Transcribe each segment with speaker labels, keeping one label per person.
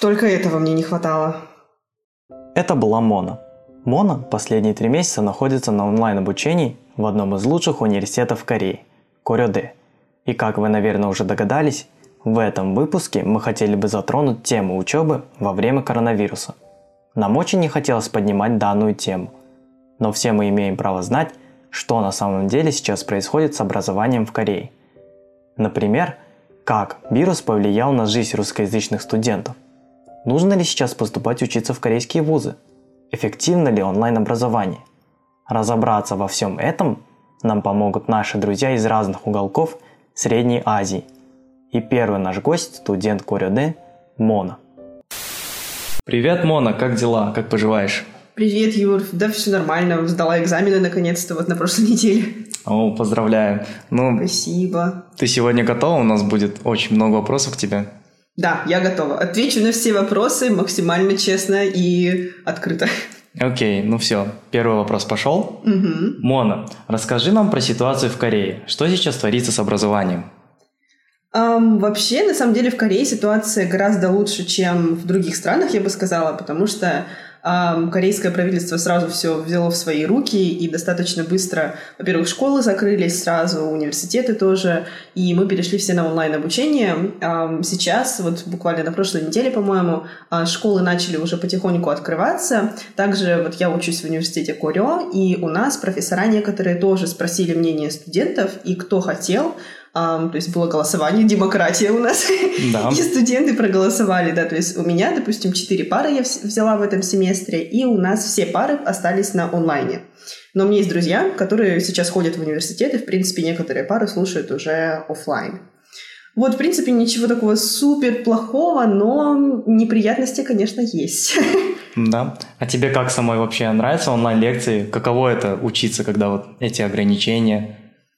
Speaker 1: только этого мне не хватало.
Speaker 2: Это была Мона. Мона последние 3 месяца находится на онлайн-обучении в одном из лучших университетов в Корее – Корёде. И как вы, наверное, уже догадались, в этом выпуске мы хотели бы затронуть тему учебы во время коронавируса. Нам очень не хотелось поднимать данную тему, но все мы имеем право знать, что на самом деле сейчас происходит с образованием в Корее. Например, как вирус повлиял на жизнь русскоязычных студентов. Нужно ли сейчас поступать учиться в корейские вузы? Эффективно ли онлайн-образование? Разобраться во всем этом нам помогут наши друзья из разных уголков Средней Азии. И первый наш гость – студент Корёде Мона. Привет, Мона, как дела? Как поживаешь?
Speaker 1: Привет, Юр. Да, все нормально. Сдала экзамены наконец-то на прошлой неделе.
Speaker 2: О, поздравляю.
Speaker 1: Спасибо.
Speaker 2: Ты сегодня готова? У нас будет очень много вопросов к тебе.
Speaker 1: Да, я готова. Отвечу на все вопросы максимально честно и открыто.
Speaker 2: Окей, все. Первый вопрос пошел.
Speaker 1: Угу.
Speaker 2: Мона, расскажи нам про ситуацию в Корее. Что сейчас творится с образованием?
Speaker 1: Вообще, на самом деле, в Корее ситуация гораздо лучше, чем в других странах, я бы сказала, потому что корейское правительство сразу все взяло в свои руки и достаточно быстро, во-первых, школы закрылись сразу, университеты тоже, и мы перешли все на онлайн-обучение. Сейчас, вот буквально на прошлой неделе, по-моему, школы начали уже потихоньку открываться. Также вот я учусь в университете Корё, и у нас профессора некоторые тоже спросили мнение студентов, и кто хотел. То есть было голосование, демократия у нас,
Speaker 2: да.
Speaker 1: И студенты проголосовали, да, то есть у меня, допустим, 4 пары я взяла в этом семестре, и у нас все пары остались на онлайне. Но у меня есть друзья, которые сейчас ходят в университет, и, в принципе, некоторые пары слушают уже офлайн. Вот, в принципе, ничего такого супер плохого, но неприятности, конечно, есть.
Speaker 2: Да. А тебе как самой вообще нравятся онлайн-лекции? Каково это учиться, когда вот эти ограничения?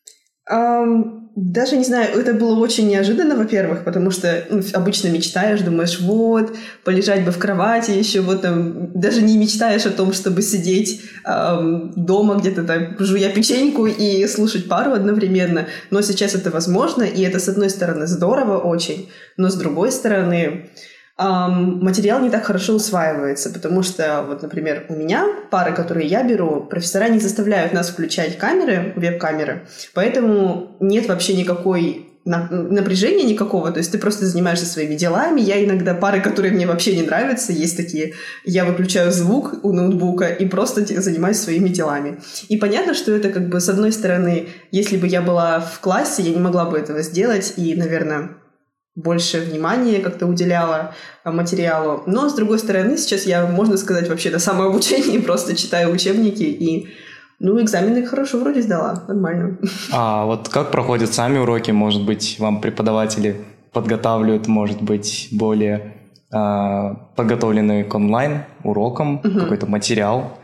Speaker 1: Даже не знаю, это было очень неожиданно, во-первых, потому что обычно мечтаешь, думаешь, вот, полежать бы в кровати еще, вот там, даже не мечтаешь о том, чтобы сидеть дома где-то там, жуя печеньку и слушать пару одновременно, но сейчас это возможно, и это, с одной стороны, здорово очень, но с другой стороны, материал не так хорошо усваивается, потому что, вот, например, у меня пары, которые я беру, профессора не заставляют нас включать камеры, веб-камеры, поэтому нет вообще никакой напряжения никакого, то есть ты просто занимаешься своими делами. Я иногда пары, которые мне вообще не нравятся, есть такие, я выключаю звук у ноутбука и просто занимаюсь своими делами. И понятно, что это как бы с одной стороны, если бы я была в классе, я не могла бы этого сделать и, наверное, больше внимания как-то уделяла материалу. Но, с другой стороны, сейчас я, можно сказать, вообще на самообучении просто читаю учебники и, экзамены хорошо вроде сдала, нормально.
Speaker 2: А вот как проходят сами уроки? Может быть, вам преподаватели подготавливают, может быть, более подготовленные к онлайн-урокам, какой-то материал?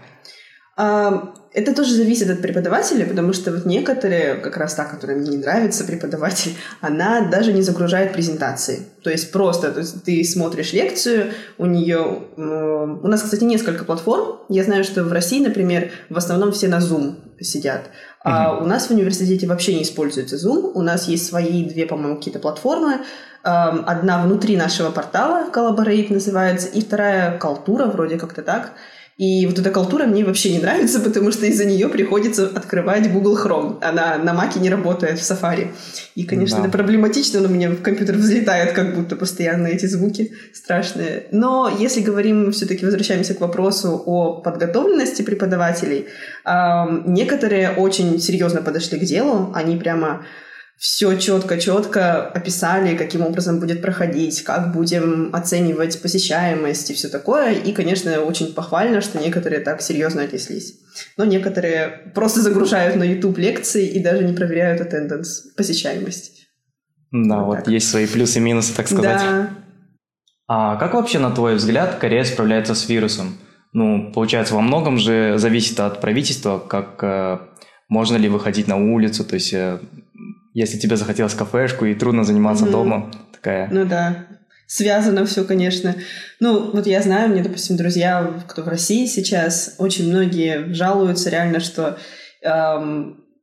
Speaker 1: Это тоже зависит от преподавателя, потому что вот некоторые, как раз та, которая мне не нравится, преподаватель, она даже не загружает презентации. То есть ты смотришь лекцию, у нас, кстати, несколько платформ. Я знаю, что в России, например, в основном все на Zoom сидят. А у нас в университете вообще не используется Zoom. У нас есть свои 2, по-моему, какие-то платформы. Одна внутри нашего портала, Collaborate называется, и вторая Kaltura, вроде как-то так. И вот эта Kaltura мне вообще не нравится, потому что из-за нее приходится открывать Google Chrome. Она на Mac'е не работает в Safari. И, конечно, это проблематично, но у меня в компьютер взлетает как будто постоянно эти звуки страшные. Но если говорим, все-таки возвращаемся к вопросу о подготовленности преподавателей, некоторые очень серьезно подошли к делу. Они прямо все четко описали, каким образом будет проходить, как будем оценивать посещаемость и все такое. И, конечно, очень похвально, что некоторые так серьезно отнеслись. Но некоторые просто загружают на YouTube лекции и даже не проверяют attendance, посещаемость.
Speaker 2: Да, вот есть свои плюсы и минусы, так сказать.
Speaker 1: Да.
Speaker 2: А как вообще, на твой взгляд, Корея справляется с вирусом? Получается, во многом же зависит от правительства, как можно ли выходить на улицу, то есть если тебе захотелось кафешку и трудно заниматься дома, такая...
Speaker 1: Да, связано все, конечно. Вот я знаю, у меня, допустим, друзья, кто в России сейчас, очень многие жалуются реально, что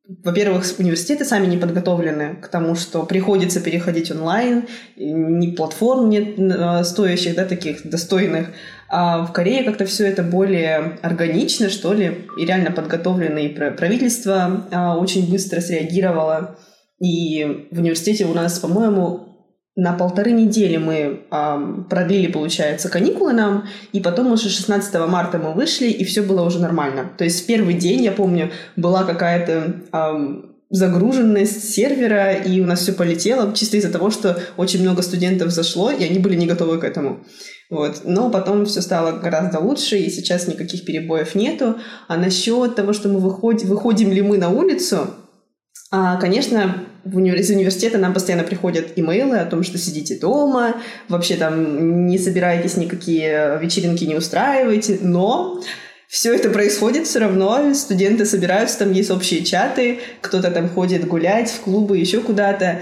Speaker 1: во-первых, университеты сами не подготовлены к тому, что приходится переходить онлайн, ни платформ нет стоящих, да, таких достойных. А в Корее как-то все это более органично, что ли, и реально подготовлено, и правительство очень быстро среагировало. И в университете у нас, по-моему, на 1,5 недели мы продлили, получается, каникулы нам, и потом уже 16 марта мы вышли, и все было уже нормально. То есть в первый день, я помню, была какая-то загруженность сервера, и у нас все полетело чисто из-за того, что очень много студентов зашло, и они были не готовы к этому. Вот. Но потом все стало гораздо лучше, и сейчас никаких перебоев нету. А насчет того, что мы выходим ли мы на улицу, конечно, из университета нам постоянно приходят имейлы о том, что сидите дома, вообще там не собираетесь, никакие вечеринки не устраиваете, но все это происходит все равно, студенты собираются, там есть общие чаты, кто-то там ходит гулять в клубы, еще куда-то.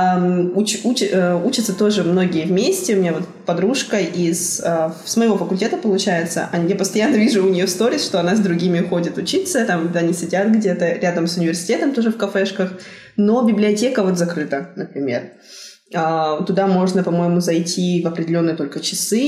Speaker 1: Учатся тоже многие вместе. У меня вот подружка с моего факультета, получается, я постоянно вижу у нее в сторис, что она с другими ходит учиться, там они сидят где-то рядом с университетом, тоже в кафешках, но библиотека вот закрыта, например. Туда можно, по-моему, зайти в определенные только часы,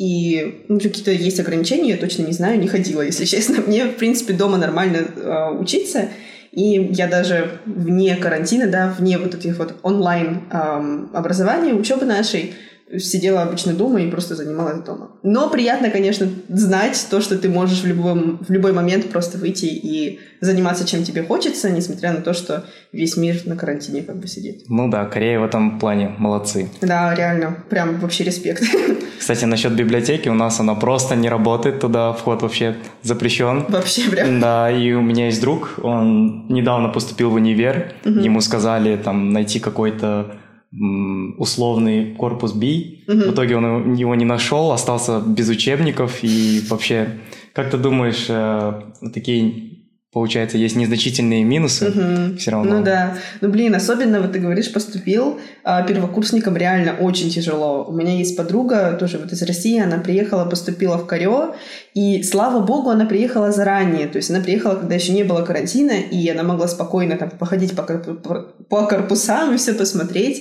Speaker 1: и какие-то есть ограничения, я точно не знаю, не ходила, если честно. Мне, в принципе, дома нормально учиться, и я даже вне карантина, да, вне вот этих вот онлайн образования, учебы нашей, сидела обычно дома и просто занималась дома. Но приятно, конечно, знать то, что ты можешь в любой момент просто выйти и заниматься чем тебе хочется, несмотря на то, что весь мир на карантине как бы сидит.
Speaker 2: Ну да, Корея в этом плане молодцы.
Speaker 1: Да, реально, прям вообще респект.
Speaker 2: Кстати, насчет библиотеки, у нас она просто не работает, туда вход вообще запрещен.
Speaker 1: Вообще прям.
Speaker 2: Да, и у меня есть друг, он недавно поступил в универ, ему сказали там найти какой-то условный корпус B. В итоге он его не нашел, остался без учебников. И вообще, как ты думаешь, такие, получается, есть незначительные минусы все равно?
Speaker 1: Ну да. Ну блин, особенно, вот ты говоришь, поступил, первокурсникам реально очень тяжело. У меня есть подруга, тоже вот из России, она приехала, поступила в Корё, и, слава богу, она приехала заранее. То есть она приехала, когда еще не было карантина, и она могла спокойно там походить по корпусам и все посмотреть.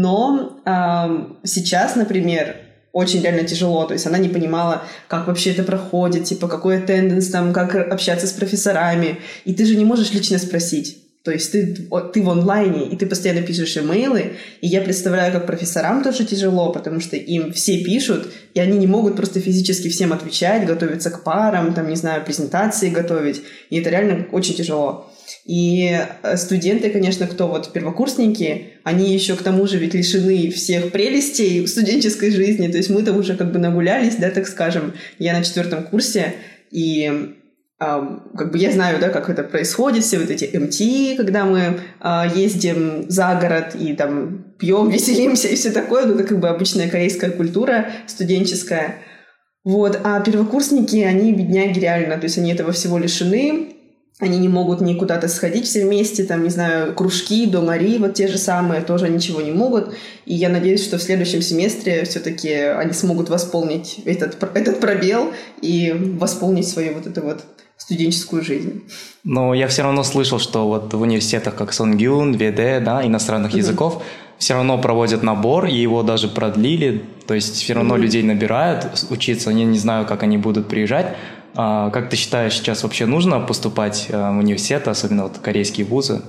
Speaker 1: Но сейчас, например, очень реально тяжело, то есть она не понимала, как вообще это проходит, типа какой attendance там, как общаться с профессорами, и ты же не можешь лично спросить. То есть ты в онлайне, и ты постоянно пишешь имейлы, и я представляю, как профессорам тоже тяжело, потому что им все пишут, и они не могут просто физически всем отвечать, готовиться к парам, там, не знаю, презентации готовить, и это реально очень тяжело. И студенты, конечно, кто вот первокурсники, они еще к тому же ведь лишены всех прелестей студенческой жизни, то есть мы-то уже как бы нагулялись, да, так скажем, я на 4 курсе, и как бы я знаю, да, как это происходит, все вот эти МТ, когда мы ездим за город и там пьем, веселимся и все такое, ну, это как бы обычная корейская культура студенческая. Вот, а первокурсники, они бедняги реально, то есть они этого всего лишены, они не могут ни куда-то сходить все вместе, там, не знаю, кружки, домари, вот те же самые, тоже ничего не могут. И я надеюсь, что в следующем семестре все-таки они смогут восполнить этот пробел и восполнить свою вот эту вот студенческую жизнь.
Speaker 2: Но я все равно слышал, что вот в университетах, как Сонгюн, ВД, да, иностранных языков, все равно проводят набор, и его даже продлили, то есть все равно людей набирают учиться, я не знаю, как они будут приезжать. Как ты считаешь, сейчас вообще нужно поступать в университет, особенно вот корейские вузы?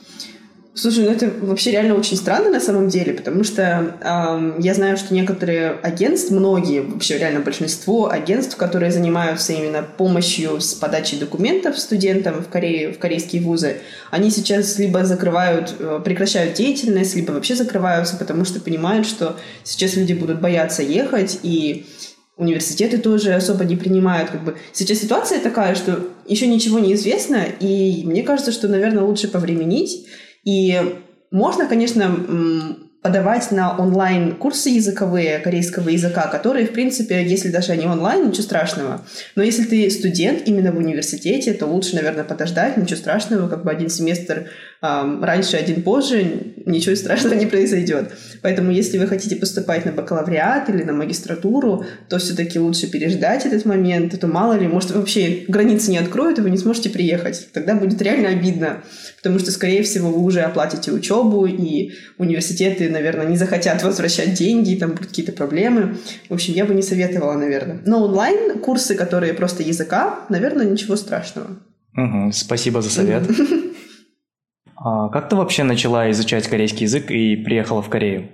Speaker 1: Слушай, ну это вообще реально очень странно на самом деле, потому что я знаю, что некоторые агентства, многие, вообще реально большинство агентств, которые занимаются именно помощью с подачей документов студентам в корейские вузы, они сейчас либо прекращают деятельность, либо вообще закрываются, потому что понимают, что сейчас люди будут бояться ехать, и университеты тоже особо не принимают. Как бы. Сейчас ситуация такая, что еще ничего не известно, и мне кажется, что, наверное, лучше повременить. И можно, конечно, подавать на онлайн-курсы языковые корейского языка, которые, в принципе, если даже они онлайн, ничего страшного. Но если ты студент именно в университете, то лучше, наверное, подождать, ничего страшного, как бы 1 семестр раньше, один позже, ничего страшного не произойдет. Поэтому если вы хотите поступать на бакалавриат или на магистратуру, то все-таки лучше переждать этот момент, а то мало ли, может, вообще границы не откроют, и вы не сможете приехать. Тогда будет реально обидно, потому что, скорее всего, вы уже оплатите учебу, и университеты, наверное, не захотят возвращать деньги, там будут какие-то проблемы. В общем, я бы не советовала, наверное. Но онлайн-курсы, которые просто языка, наверное, ничего страшного.
Speaker 2: Спасибо за совет. Как ты вообще начала изучать корейский язык и приехала в Корею?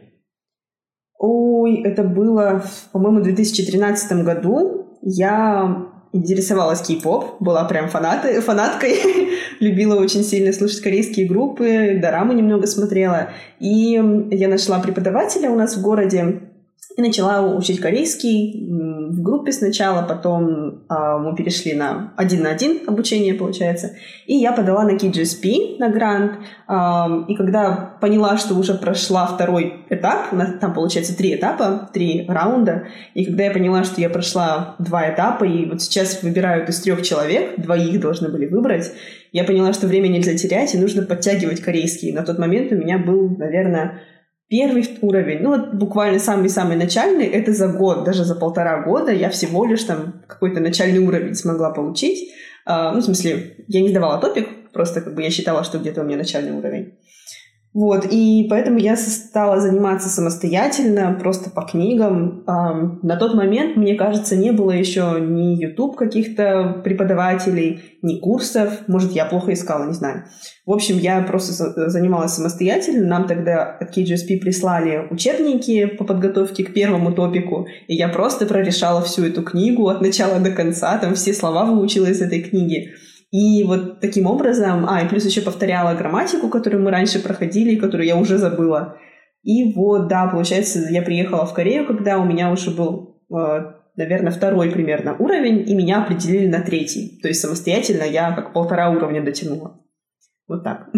Speaker 1: Ой, это было, по-моему, в 2013 году. Я интересовалась кей-поп, была прям фанаткой, любила очень сильно слушать корейские группы, дорамы немного смотрела. И я нашла преподавателя у нас в городе и начала учить корейский в группе сначала, потом мы перешли на 1-на-1 обучение, получается, и я подала на KGSP, на грант, и когда поняла, что уже прошла второй этап, у нас там, получается, 3 этапа, 3 раунда, и когда я поняла, что я прошла 2 этапа, и вот сейчас выбирают из 3 человек, 2 должны были выбрать, я поняла, что время нельзя терять, и нужно подтягивать корейский. На тот момент у меня был, наверное, первый уровень, ну вот буквально самый-самый начальный, это за год, даже за 1,5 года я всего лишь там какой-то начальный уровень смогла получить. Ну, в смысле, я не сдавала топик, просто как бы я считала, что где-то у меня начальный уровень. Вот, и поэтому я стала заниматься самостоятельно, просто по книгам. На тот момент, мне кажется, не было еще ни YouTube каких-то преподавателей, ни курсов. Может, я плохо искала, не знаю. В общем, я просто занималась самостоятельно. Нам тогда от KGSP прислали учебники по подготовке к первому топику, и я просто прорешала всю эту книгу от начала до конца, там все слова выучила из этой книги. И вот таким образом, и плюс еще повторяла грамматику, которую мы раньше проходили, которую я уже забыла. И вот, да, получается, я приехала в Корею, когда у меня уже был, наверное, 2 примерно уровень, и меня определили на 3. То есть самостоятельно я как 1,5 уровня дотянула. Вот так.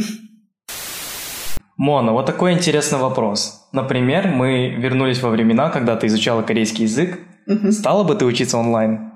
Speaker 2: Мона, вот такой интересный вопрос. Например, мы вернулись во времена, когда ты изучала корейский язык. Стала бы ты учиться онлайн?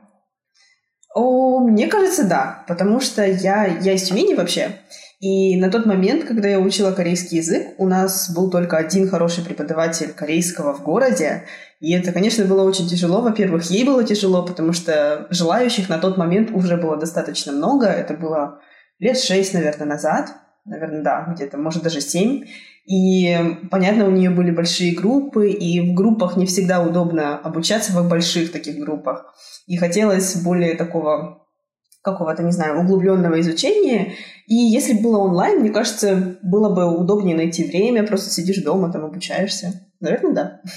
Speaker 1: Мне кажется, да, потому что я из Тюмени вообще, и на тот момент, когда я учила корейский язык, у нас был только один хороший преподаватель корейского в городе, и это, конечно, было очень тяжело. Во-первых, ей было тяжело, потому что желающих на тот момент уже было достаточно много, это было лет 6, наверное, назад, наверное, да, где-то, может, даже 7, и, понятно, у нее были большие группы, и в группах не всегда удобно обучаться в больших таких группах. И хотелось более такого какого-то, не знаю, углубленного изучения. И если было онлайн, мне кажется, было бы удобнее найти время, просто сидишь дома, там обучаешься. Наверное,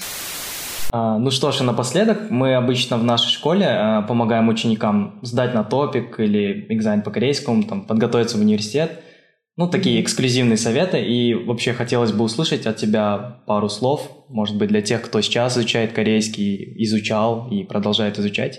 Speaker 1: да.
Speaker 2: Ну что ж, и напоследок, мы обычно в нашей школе помогаем ученикам сдать на топик или экзамен по корейскому, там, подготовиться в университет. Ну, такие эксклюзивные советы. И вообще хотелось бы услышать от тебя пару слов, может быть, для тех, кто сейчас изучает корейский, изучал и продолжает изучать.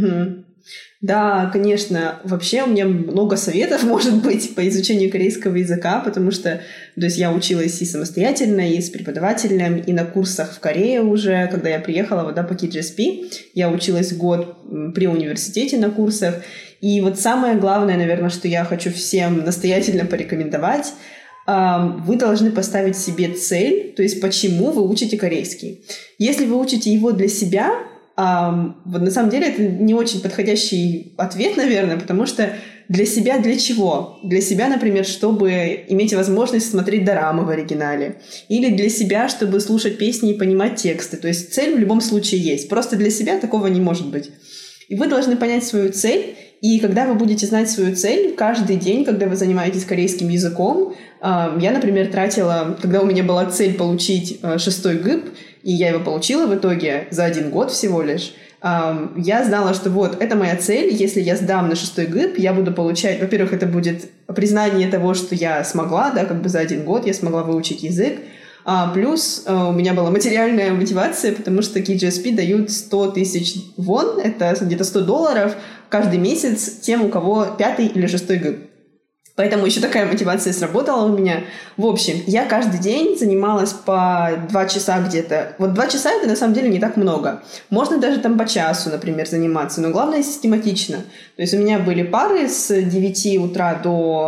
Speaker 1: Да, конечно. Вообще у меня много советов, может быть, по изучению корейского языка, потому что, то есть я училась и самостоятельно, и с преподавателем, и на курсах в Корее уже, когда я приехала по KGSP, я училась год при университете на курсах. И вот самое главное, наверное, что я хочу всем настоятельно порекомендовать, вы должны поставить себе цель, то есть почему вы учите корейский. Если вы учите его для себя, вот на самом деле это не очень подходящий ответ, наверное, потому что для себя для чего? Для себя, например, чтобы иметь возможность смотреть дорамы в оригинале. Или для себя, чтобы слушать песни и понимать тексты. То есть цель в любом случае есть. Просто для себя такого не может быть. И вы должны понять свою цель. И когда вы будете знать свою цель, каждый день, когда вы занимаетесь корейским языком, я, например, тратила, когда у меня была цель получить 6 ГИП, и я его получила в итоге за 1 год всего лишь, я знала, что вот, это моя цель, если я сдам на 6 ГИП, я буду получать, во-первых, это будет признание того, что я смогла, да, как бы за 1 год я смогла выучить язык, плюс у меня была материальная мотивация, потому что KGSP дают 100 тысяч вон, это где-то $100 каждый месяц тем, у кого 5 или 6 ГИП. Поэтому еще такая мотивация сработала у меня. В общем, я каждый день занималась по 2 часа где-то. Вот 2 часа — это на самом деле не так много. Можно даже там по часу, например, заниматься, но главное систематично. То есть у меня были пары с 9 утра до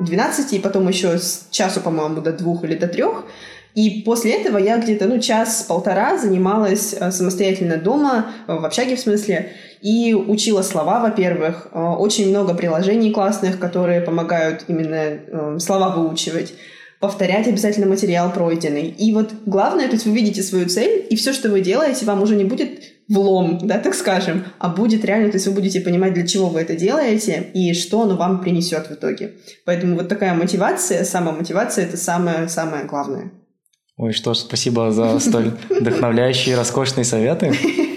Speaker 1: 12, и потом еще с часу, по-моему, до 2 или до 3. И после этого я где-то, час-полтора занималась самостоятельно дома, в общаге в смысле, и учила слова, во-первых. Очень много приложений классных, которые помогают именно слова выучивать. Повторять обязательно материал пройденный. И вот главное, то есть вы видите свою цель, и все, что вы делаете, вам уже не будет влом, да, так скажем, а будет реально, то есть вы будете понимать, для чего вы это делаете и что оно вам принесет в итоге. Поэтому вот такая мотивация, самомотивация — это самое главное.
Speaker 2: Ой, что ж, спасибо за столь вдохновляющие, роскошные советы.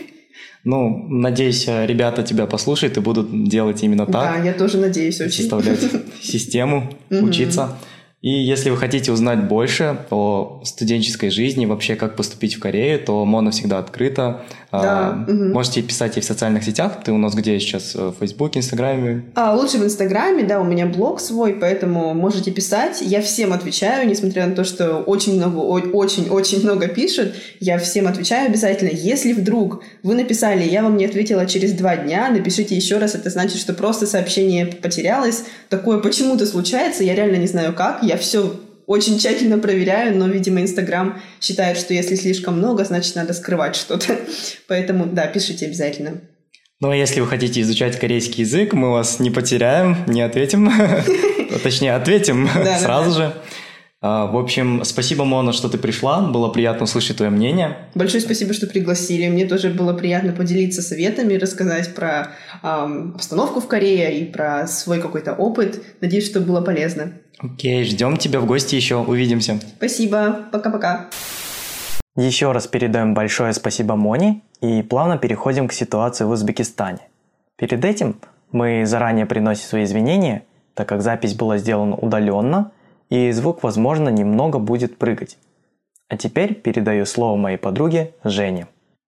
Speaker 2: Надеюсь, ребята тебя послушают и будут делать именно так.
Speaker 1: Да, я тоже надеюсь очень.
Speaker 2: Составлять систему, учиться. И если вы хотите узнать больше о студенческой жизни, вообще как поступить в Корею, то Мона всегда открыта.
Speaker 1: Да.
Speaker 2: Можете писать ей в социальных сетях. Ты у нас где сейчас? В Фейсбуке, Инстаграме?
Speaker 1: Лучше в Инстаграме, да, у меня блог свой, поэтому можете писать. Я всем отвечаю, несмотря на то, что очень много пишут. Я всем отвечаю обязательно. Если вдруг вы написали, я вам не ответила через 2 дня, напишите еще раз. Это значит, что просто сообщение потерялось. Такое почему-то случается, я реально не знаю как. Я все очень тщательно проверяю, но, видимо, Инстаграм считает, что если слишком много, значит, надо скрывать что-то. Поэтому, да, пишите обязательно.
Speaker 2: А если вы хотите изучать корейский язык, мы вас не потеряем, не ответим. Точнее, ответим сразу же. В общем, спасибо, Мона, что ты пришла. Было приятно услышать твое мнение.
Speaker 1: Большое спасибо, что пригласили. Мне тоже было приятно поделиться советами, рассказать про обстановку в Корее и про свой какой-то опыт. Надеюсь, что было полезно.
Speaker 2: Окей, ждем тебя в гости еще. Увидимся.
Speaker 1: Спасибо. Пока-пока.
Speaker 2: Еще раз передаем большое спасибо Моне и плавно переходим к ситуации в Узбекистане. Перед этим мы заранее приносим свои извинения, так как запись была сделана удаленно, и звук, возможно, немного будет прыгать. А теперь передаю слово моей подруге Жене.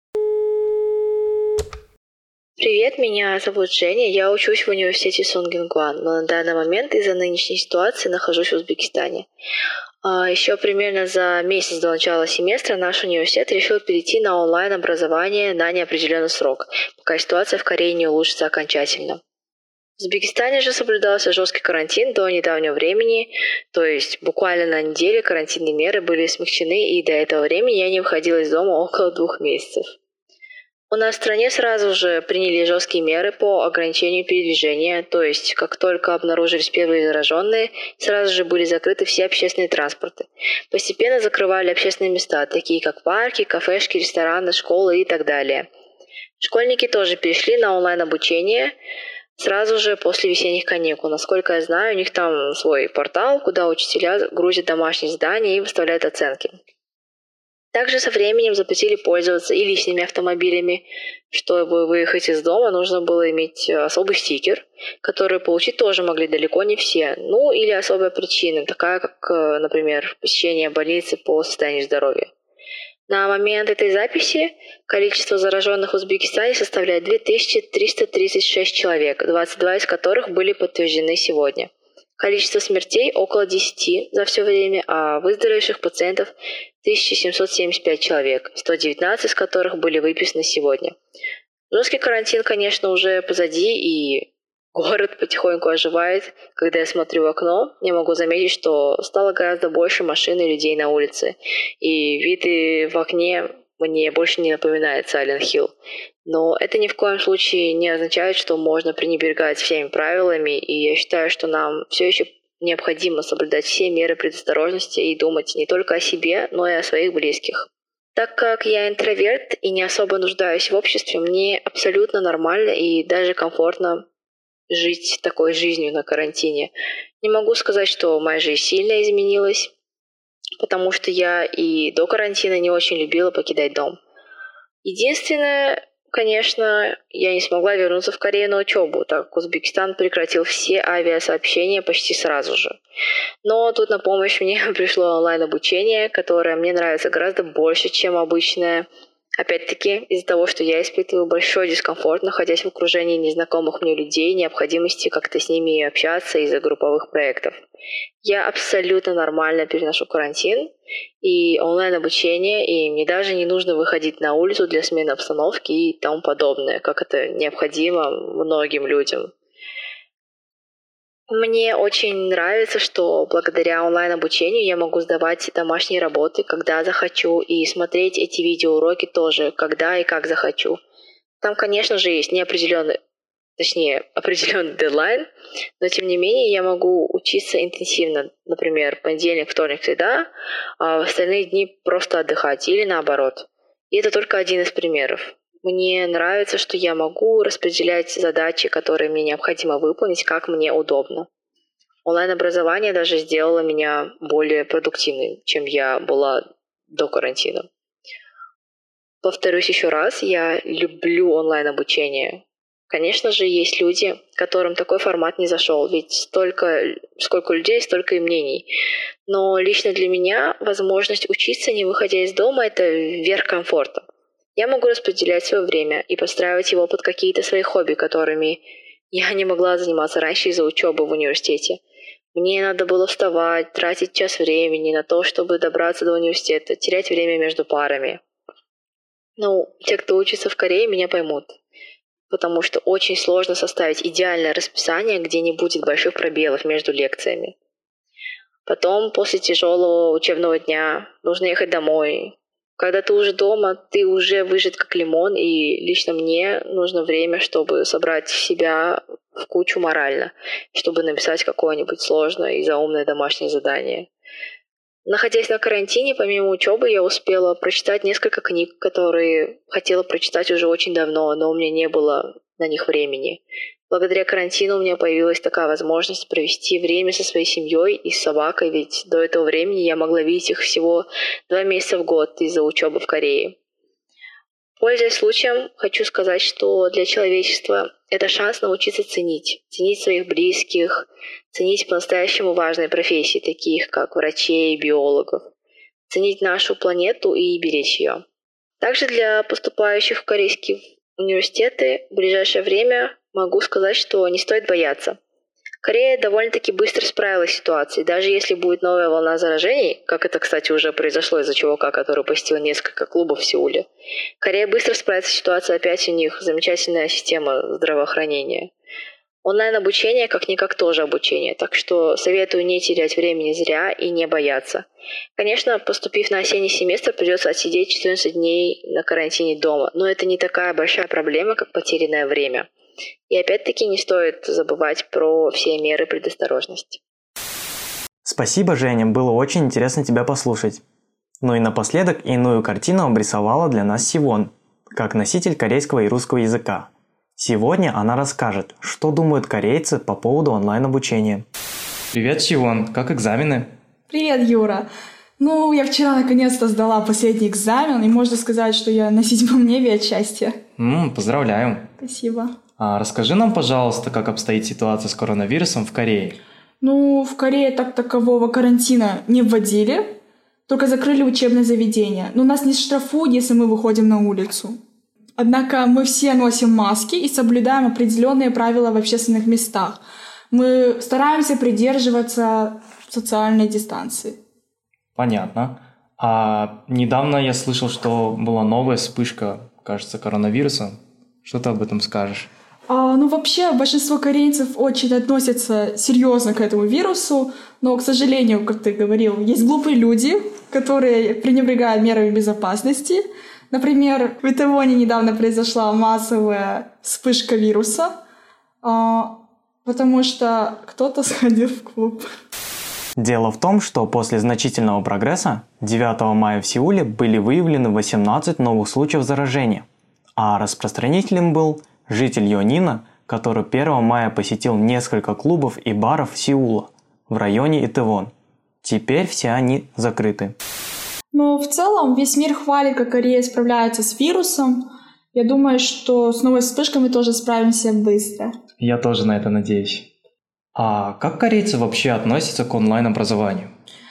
Speaker 3: Привет, меня зовут Женя, я учусь в университете Сунгингуан, но на данный момент из-за нынешней ситуации нахожусь в Узбекистане. Еще примерно за месяц до начала семестра наш университет решил перейти на онлайн-образование на неопределенный срок, пока ситуация в Корее не улучшится окончательно. В Узбекистане же соблюдался жесткий карантин до недавнего времени, то есть буквально на неделе карантинные меры были смягчены, и до этого времени я не выходила из дома около 2 месяцев. У нас в стране сразу же приняли жесткие меры по ограничению передвижения, то есть как только обнаружились первые зараженные, сразу же были закрыты все общественные транспорты. Постепенно закрывали общественные места, такие как парки, кафешки, рестораны, школы и так далее. Школьники тоже перешли на онлайн-обучение сразу же после весенних каникул. Насколько я знаю, у них там свой портал, куда учителя грузят домашние задания и выставляют оценки. Также со временем запретили пользоваться и личными автомобилями. Чтобы выехать из дома, нужно было иметь особый стикер, который получить тоже могли далеко не все. Или особая причина, такая как, например, посещение больницы по состоянию здоровья. На момент этой записи количество зараженных в Узбекистане составляет 2336 человек, 22 из которых были подтверждены сегодня. Количество смертей около 10 за все время, а выздоровевших пациентов 1775 человек, 119 из которых были выписаны сегодня. Жесткий карантин, конечно, уже позади, и город потихоньку оживает. Когда я смотрю в окно, я могу заметить, что стало гораздо больше машин и людей на улице. И виды в окне мне больше не напоминает Silent Hill. Но это ни в коем случае не означает, что можно пренебрегать всеми правилами, и я считаю, что нам все еще необходимо соблюдать все меры предосторожности и думать не только о себе, но и о своих близких. Так как я интроверт и не особо нуждаюсь в обществе, мне абсолютно нормально и даже комфортно жить такой жизнью на карантине. Не могу сказать, что моя жизнь сильно изменилась, потому что я и до карантина не очень любила покидать дом. Единственное, конечно, я не смогла вернуться в Корею на учебу, так как Узбекистан прекратил все авиасообщения почти сразу же. Но тут на помощь мне пришло онлайн-обучение, которое мне нравится гораздо больше, чем обычное. Опять-таки, из-за того, что я испытываю большой дискомфорт, находясь в окружении незнакомых мне людей, необходимости как-то с ними общаться из-за групповых проектов. Я абсолютно нормально переношу карантин и онлайн-обучение, и мне даже не нужно выходить на улицу для смены обстановки и тому подобное, как это необходимо многим людям. Мне очень нравится, что благодаря онлайн-обучению я могу сдавать домашние работы, когда захочу, и смотреть эти видеоуроки тоже, когда и как захочу. Там, конечно же, есть определенный дедлайн, но тем не менее я могу учиться интенсивно. Например, понедельник, вторник, среда, а в остальные дни просто отдыхать или наоборот. И это только один из примеров. Мне нравится, что я могу распределять задачи, которые мне необходимо выполнить, как мне удобно. Онлайн-образование даже сделало меня более продуктивной, чем я была до карантина. Повторюсь еще раз, я люблю онлайн-обучение. Конечно же, есть люди, которым такой формат не зашел, ведь сколько людей, столько и мнений. Но лично для меня возможность учиться, не выходя из дома, это верх комфорта. Я могу распределять свое время и подстраивать его под какие-то свои хобби, которыми я не могла заниматься раньше из-за учебы в университете. Мне надо было вставать, тратить час времени на то, чтобы добраться до университета, терять время между парами. Те, кто учится в Корее, меня поймут, потому что очень сложно составить идеальное расписание, где не будет больших пробелов между лекциями. Потом, после тяжелого учебного дня, нужно ехать домой. Когда ты уже дома, ты уже выжат как лимон, и лично мне нужно время, чтобы собрать себя в кучу морально, чтобы написать какое-нибудь сложное и заумное домашнее задание. Находясь на карантине, помимо учебы, я успела прочитать несколько книг, которые хотела прочитать уже очень давно, но у меня не было на них времени. Благодаря карантину у меня появилась такая возможность провести время со своей семьей и с собакой, ведь до этого времени я могла видеть их всего 2 месяца в год из-за учебы в Корее. Пользуясь случаем, хочу сказать, что для человечества это шанс научиться ценить своих близких, ценить по-настоящему важные профессии, таких как врачей, биологов, ценить нашу планету и беречь ее. Также для поступающих в корейские университеты в ближайшее время могу сказать, что не стоит бояться. Корея довольно-таки быстро справилась с ситуацией. Даже если будет новая волна заражений, как это, кстати, уже произошло из-за ЧВК, который посетил несколько клубов в Сеуле, Корея быстро справится с ситуацией, опять у них замечательная система здравоохранения. Онлайн-обучение как-никак тоже обучение, так что советую не терять времени зря и не бояться. Конечно, поступив на осенний семестр, придется отсидеть 14 дней на карантине дома, но это не такая большая проблема, как потерянное время. И опять-таки не стоит забывать про все меры предосторожности.
Speaker 2: Спасибо, Женя, было очень интересно тебя послушать. Ну и напоследок иную картину обрисовала для нас Сивон, как носитель корейского и русского языка. Сегодня она расскажет, что думают корейцы по поводу онлайн-обучения. Привет, Сивон, как экзамены?
Speaker 4: Привет, Юра. Я вчера наконец-то сдала последний экзамен, и можно сказать, что я на 7 небе от счастья.
Speaker 2: Поздравляю.
Speaker 4: Спасибо.
Speaker 2: А расскажи нам, пожалуйста, как обстоит ситуация с коронавирусом в Корее?
Speaker 4: В Корее такового карантина не вводили, только закрыли учебное заведение. Но нас не штрафуют, если мы выходим на улицу. Однако мы все носим маски и соблюдаем определенные правила в общественных местах. Мы стараемся придерживаться социальной дистанции.
Speaker 2: Понятно. А недавно я слышал, что была новая вспышка, кажется, коронавируса. Что ты об этом скажешь?
Speaker 4: Вообще, большинство корейцев очень относятся серьезно к этому вирусу, но, к сожалению, как ты говорил, есть глупые люди, которые пренебрегают мерами безопасности. Например, в Итавоне недавно произошла массовая вспышка вируса, потому что кто-то сходил в клуб.
Speaker 2: Дело в том, что после значительного прогресса 9 мая в Сеуле были выявлены 18 новых случаев заражения, а распространителем был житель Йонина, который 1 мая посетил несколько клубов и баров Сеула в районе Итавон. Теперь все они закрыты.
Speaker 4: В целом весь мир хвалит, как Корея справляется с вирусом. Я думаю, что с новой вспышкой мы тоже справимся быстро.
Speaker 2: Я тоже на это надеюсь. А как корейцы вообще относятся к онлайн-образованию?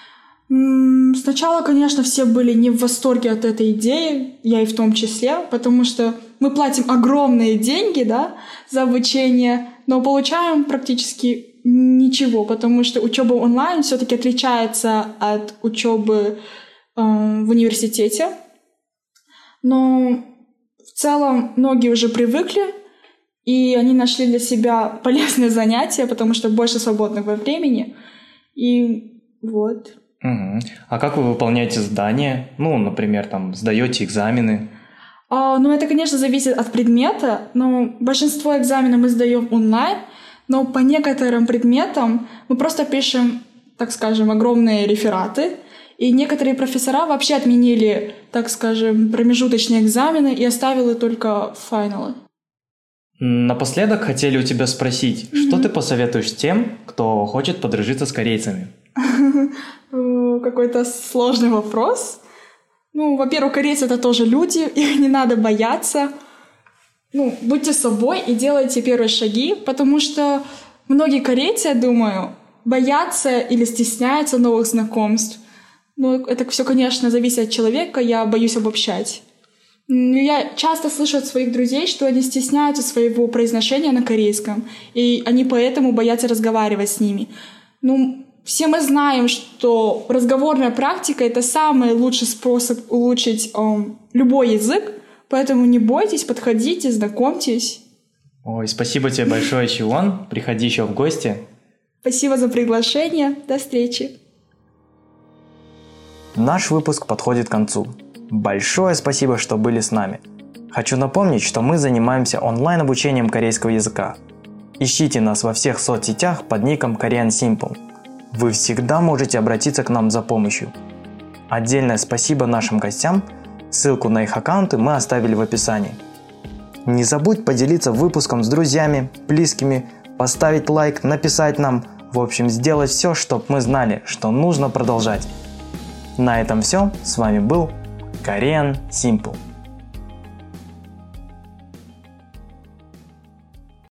Speaker 4: Сначала, конечно, все были не в восторге от этой идеи, я и в том числе, потому что мы платим огромные деньги, за обучение, но получаем практически ничего, потому что учеба онлайн все-таки отличается от учебы в университете. Но в целом многие уже привыкли И они нашли для себя полезное занятие, потому что больше свободного времени. И вот.
Speaker 2: Угу. А как вы выполняете задания? Ну, например, там, сдаете экзамены?
Speaker 4: Ну, это, конечно, зависит от предмета, но большинство экзаменов мы сдаем онлайн, но по некоторым предметам мы просто пишем, так скажем, огромные рефераты, и некоторые профессора вообще отменили, так скажем, промежуточные экзамены и оставили только финалы.
Speaker 2: Напоследок хотели у тебя спросить, что ты посоветуешь тем, кто хочет подружиться с корейцами?
Speaker 4: Какой-то сложный вопрос. Ну, во-первых, корейцы — это тоже люди, их не надо бояться. Ну, будьте собой и делайте первые шаги, потому что многие корейцы, я думаю, боятся или стесняются новых знакомств. Ну, это все, конечно, зависит от человека, я боюсь обобщать. Я часто слышу от своих друзей, что они стесняются своего произношения на корейском, и они поэтому боятся разговаривать с ними. Ну, все мы знаем, что разговорная практика — это самый лучший способ улучшить любой язык, поэтому не бойтесь, подходите, знакомьтесь.
Speaker 2: Ой, спасибо тебе большое, Чион. Приходи еще в гости.
Speaker 4: Спасибо за приглашение. До встречи.
Speaker 2: Наш выпуск подходит к концу. Большое спасибо, что были с нами. Хочу напомнить, что мы занимаемся онлайн-обучением корейского языка. Ищите нас во всех соцсетях под ником Korean Simple. Вы всегда можете обратиться к нам за помощью. Отдельное спасибо нашим гостям. Ссылку на их аккаунты мы оставили в описании. Не забудь поделиться выпуском с друзьями, близкими, поставить лайк, написать нам. В общем, сделать все, чтобы мы знали, что нужно продолжать. На этом все. С вами был Korean Simple.